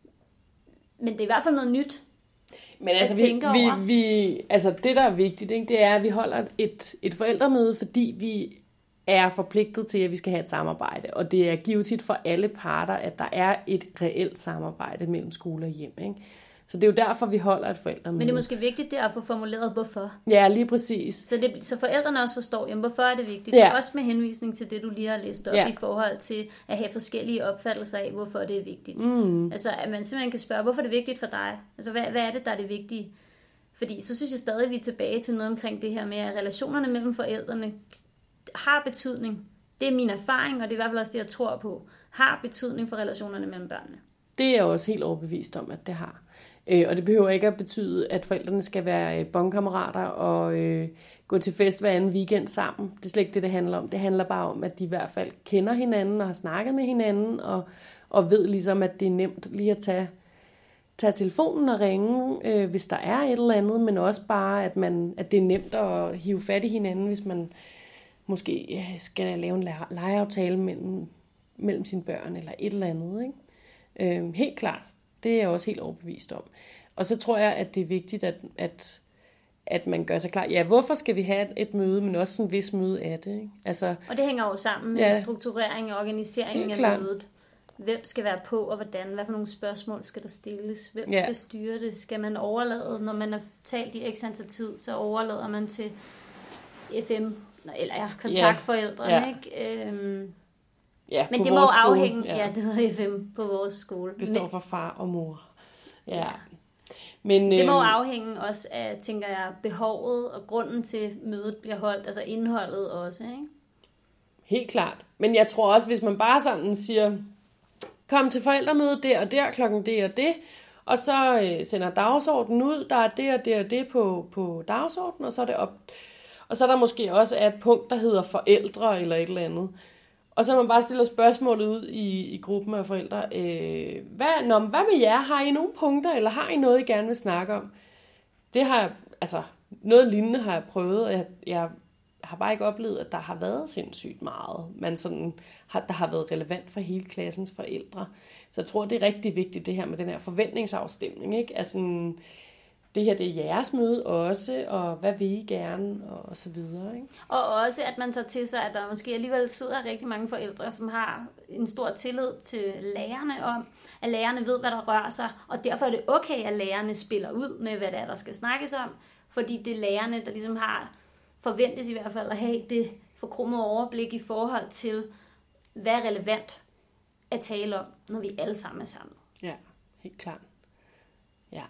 men det er i hvert fald noget nyt. Men altså, vi, vi, vi, altså det, der er vigtigt, ikke, det er, at vi holder et, et forældremøde, fordi vi er forpligtet til, at vi skal have et samarbejde. Og det er givetigt for alle parter, at der er et reelt samarbejde mellem skole og hjem. Ikke? Så det er jo derfor, vi holder et forældremøde. Men det er måske vigtigt, det er at få formuleret, hvorfor. Ja, lige præcis. Så, det, så forældrene også forstår, jamen, hvorfor er det vigtigt. Ja. Også med henvisning til det, du lige har læst op, ja. i forhold til at have forskellige opfattelser af, hvorfor det er vigtigt. Mm. Altså, at man simpelthen kan spørge, hvorfor er det vigtigt for dig? Altså, hvad, hvad er det, der er det vigtige? Fordi så synes jeg stadig, at vi er tilbage til noget omkring det her med, at relationerne mellem forældrene har betydning. Det er min erfaring, og det er i hvert fald også det, jeg tror på, har betydning for relationerne mellem børnene. Det er jeg også helt overbevist om, at det har. Øh, og det behøver ikke at betyde, at forældrene skal være bondkammerater og øh, gå til fest hver anden weekend sammen. Det er slet ikke det, det handler om. Det handler bare om, at de i hvert fald kender hinanden og har snakket med hinanden, og, og ved ligesom, at det er nemt lige at tage, tage telefonen og ringe, øh, hvis der er et eller andet, men også bare, at, man, at det er nemt at hive fat i hinanden, hvis man måske skal lave en legeaftale mellem, mellem sine børn, eller et eller andet. Ikke? Øh, helt klart. Det er jeg også helt overbevist om. Og så tror jeg, at det er vigtigt, at, at, at man gør sig klar. Ja, hvorfor skal vi have et møde, men også en vis møde af det. Ikke? Altså, og det hænger jo sammen med ja, strukturering og organisering af klart. Mødet. Hvem skal være på, og hvordan? Hvad for nogle spørgsmål skal der stilles? Hvem ja. skal styre det? Skal man overlade, når man har talt i x antal tid, så overlader man til F M, eller ja, kontaktforældrene, ja. ikke? Øhm, Ja, men det må jo afhænge, ja. ja, det hedder F M på vores skole. Det står for far og mor. Ja. ja. Men, det må jo afhænge også af, tænker jeg, behovet og grunden til mødet bliver holdt, altså indholdet også, ikke? Helt klart. Men jeg tror også, hvis man bare sådan siger, kom til forældremødet der og der, klokken det og det, og så øh, sender dagsordenen ud, der er det og det og det på, på dagsordenen, og så er det op. Og så er der måske også et punkt, der hedder forældre eller et eller andet. Og så man bare stiller spørgsmålet ud i, i gruppen af forældre. Øh, hvad, nå, hvad med jer? Har I nogle punkter, eller har I noget, I gerne vil snakke om? Det har jeg, altså, noget lignende har jeg prøvet, og jeg, jeg har bare ikke oplevet, at der har været sindssygt meget, men sådan, har, der har været relevant for hele klassens forældre. Så jeg tror, det er rigtig vigtigt, det her med den her forventningsafstemning, ikke? Altså, det her, det er jeres møde også, og hvad vil I gerne, og så videre, ikke? Og også, at man tager til sig, at der måske alligevel sidder rigtig mange forældre, som har en stor tillid til lærerne om, at lærerne ved, hvad der rører sig, og derfor er det okay, at lærerne spiller ud med, hvad det er, der skal snakkes om, fordi det er lærerne, der ligesom har, forventes i hvert fald, at have det forkromede overblik i forhold til, hvad er relevant at tale om, når vi alle sammen er sammen. Ja, helt klart. Ja.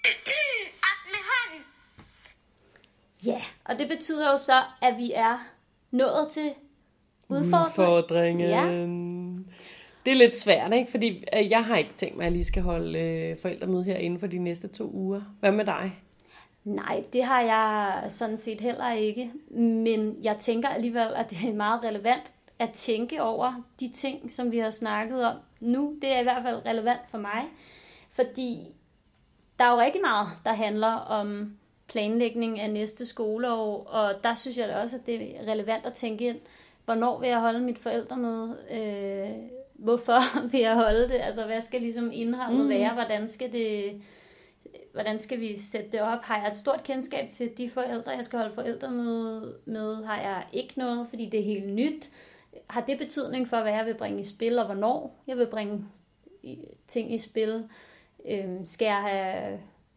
Ja, og det betyder jo så, at vi er nået til udfordringen. Udfordringen. Ja. Det er lidt svært, ikke? Fordi øh, jeg har ikke tænkt mig, at jeg lige skal holde øh, forældremøde her inden for de næste to uger. Hvad med dig? Nej, det har jeg sådan set heller ikke. Men jeg tænker alligevel, at det er meget relevant at tænke over de ting, som vi har snakket om nu. Det er i hvert fald relevant for mig. Fordi der er jo rigtig meget, der handler om planlægning af næste skoleår. Og der synes jeg da også, at det er relevant at tænke ind, hvornår vil jeg holde mit forældremøde? Øh, hvorfor vil jeg holde det? Altså, hvad skal ligesom indholdet mm. være? Hvordan skal det... Hvordan skal vi sætte det op? Har jeg et stort kendskab til de forældre, jeg skal holde forældremøde med? Har jeg ikke noget, fordi det er helt nyt? Har det betydning for, hvad jeg vil bringe i spil, og hvornår jeg vil bringe ting i spil? Skal jeg have,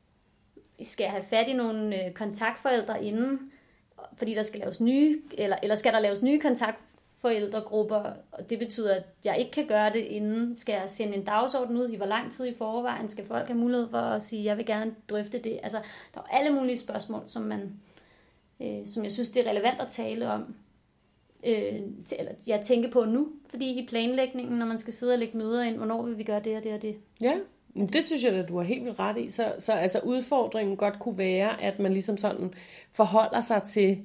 skal jeg have fat i nogle kontaktforældre inden, fordi der skal laves nye, eller, eller skal der laves nye kontaktforældregrupper, og det betyder, at jeg ikke kan gøre det inden? Skal jeg sende en dagsorden ud i hvor lang tid i forvejen? Skal folk have mulighed for at sige, at jeg vil gerne drøfte det? Altså, der er alle mulige spørgsmål, som, man, øh, som jeg synes, det er relevant at tale om. Øh, til, eller jeg tænker på nu, fordi i planlægningen, når man skal sidde og lægge møder ind, hvornår vil vi gøre det og det og det? Ja, det synes jeg, at du har helt vildt ret i. Så, så altså, udfordringen godt kunne være, at man ligesom sådan forholder sig til,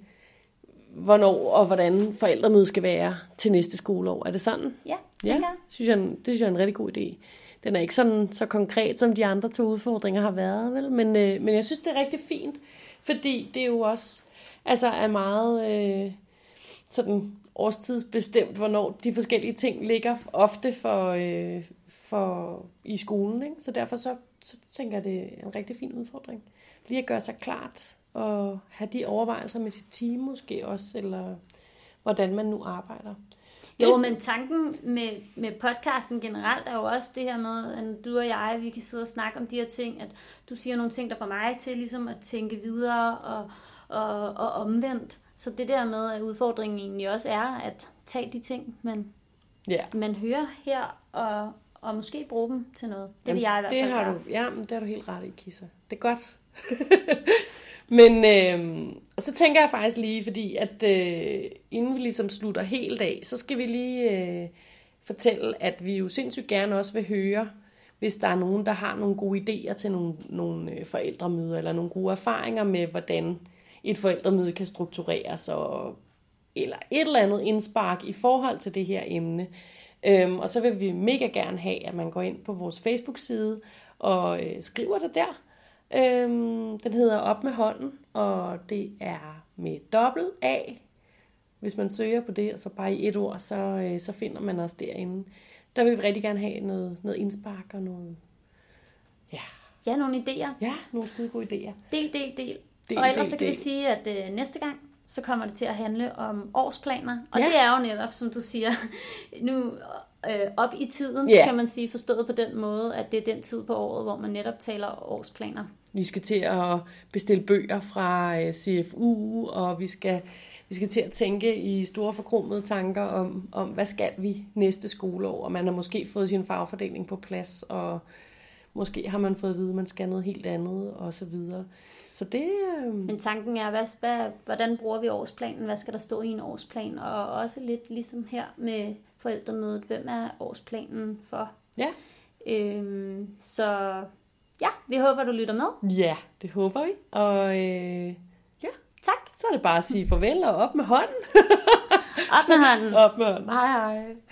hvornår og hvordan forældremødet skal være til næste skoleår. Er det sådan? Ja, tænker jeg. Ja, synes jeg, det synes jeg er en rigtig god idé. Den er ikke sådan så konkret, som de andre to udfordringer har været, vel? Men, øh, men jeg synes, det er rigtig fint, fordi det er jo også altså, er meget øh, sådan årstidsbestemt, hvornår de forskellige ting ligger ofte for, øh, for i skolen. Ikke? Så derfor så, så tænker jeg, det er en rigtig fin udfordring. Lige at gøre sig klart og have de overvejelser med sit team måske også, eller hvordan man nu arbejder. Jo, men tanken med, med podcasten generelt er jo også det her med, at du og jeg, vi kan sidde og snakke om de her ting, at du siger nogle ting, der får mig til ligesom at tænke videre og, og, og omvendt. Så det der med, at udfordringen egentlig også er at tage de ting, man, yeah. man hører her, og, og måske bruge dem til noget. Det Jamen, vil jeg i hvert fald det har du, ja, det har du helt ret i, Kisser. Det er godt. Men øh, og så tænker jeg faktisk lige, fordi at øh, inden vi ligesom slutter helt af, så skal vi lige øh, fortælle, at vi jo sindssygt gerne også vil høre, hvis der er nogen, der har nogle gode idéer til nogle, nogle øh, forældremøder, eller nogle gode erfaringer med, hvordan et forældremøde kan struktureres, og, eller et eller andet indspark i forhold til det her emne. Øhm, og så vil vi mega gerne have, at man går ind på vores Facebook-side og øh, skriver det der. Øhm, den hedder Op med hånden, og det er med dobbelt A. Hvis man søger på det, og så bare i et ord, så, øh, så finder man os derinde. Der vil vi rigtig gerne have noget, noget indspark og noget... Ja, ja nogle idéer. Ja, nogle skide gode idéer. Del, del, del. del og ellers del, så kan del. vi sige, at øh, næste gang, så kommer det til at handle om årsplaner. Og ja. det er jo netop, som du siger, nu øh, op i tiden, ja. kan man sige, forstået på den måde, at det er den tid på året, hvor man netop taler årsplaner. Vi skal til at bestille bøger fra C F U, og vi skal, vi skal til at tænke i store forkromede tanker om, om, hvad skal vi næste skoleår, og man har måske fået sin fagfordeling på plads, og måske har man fået at vide, at man skal noget helt andet, og så videre. Så det, øh... Men tanken er, hvad, hvad, hvordan bruger vi årsplanen? Hvad skal der stå i en årsplan? Og også lidt ligesom her med forældremødet, hvem er årsplanen for? Ja. Øhm, så ja, vi håber, du lytter med. Ja, det håber vi. Og øh... ja, tak. Så er det bare at sige farvel og op med hånden. Op med hånden. Op med hånden. Hej hej.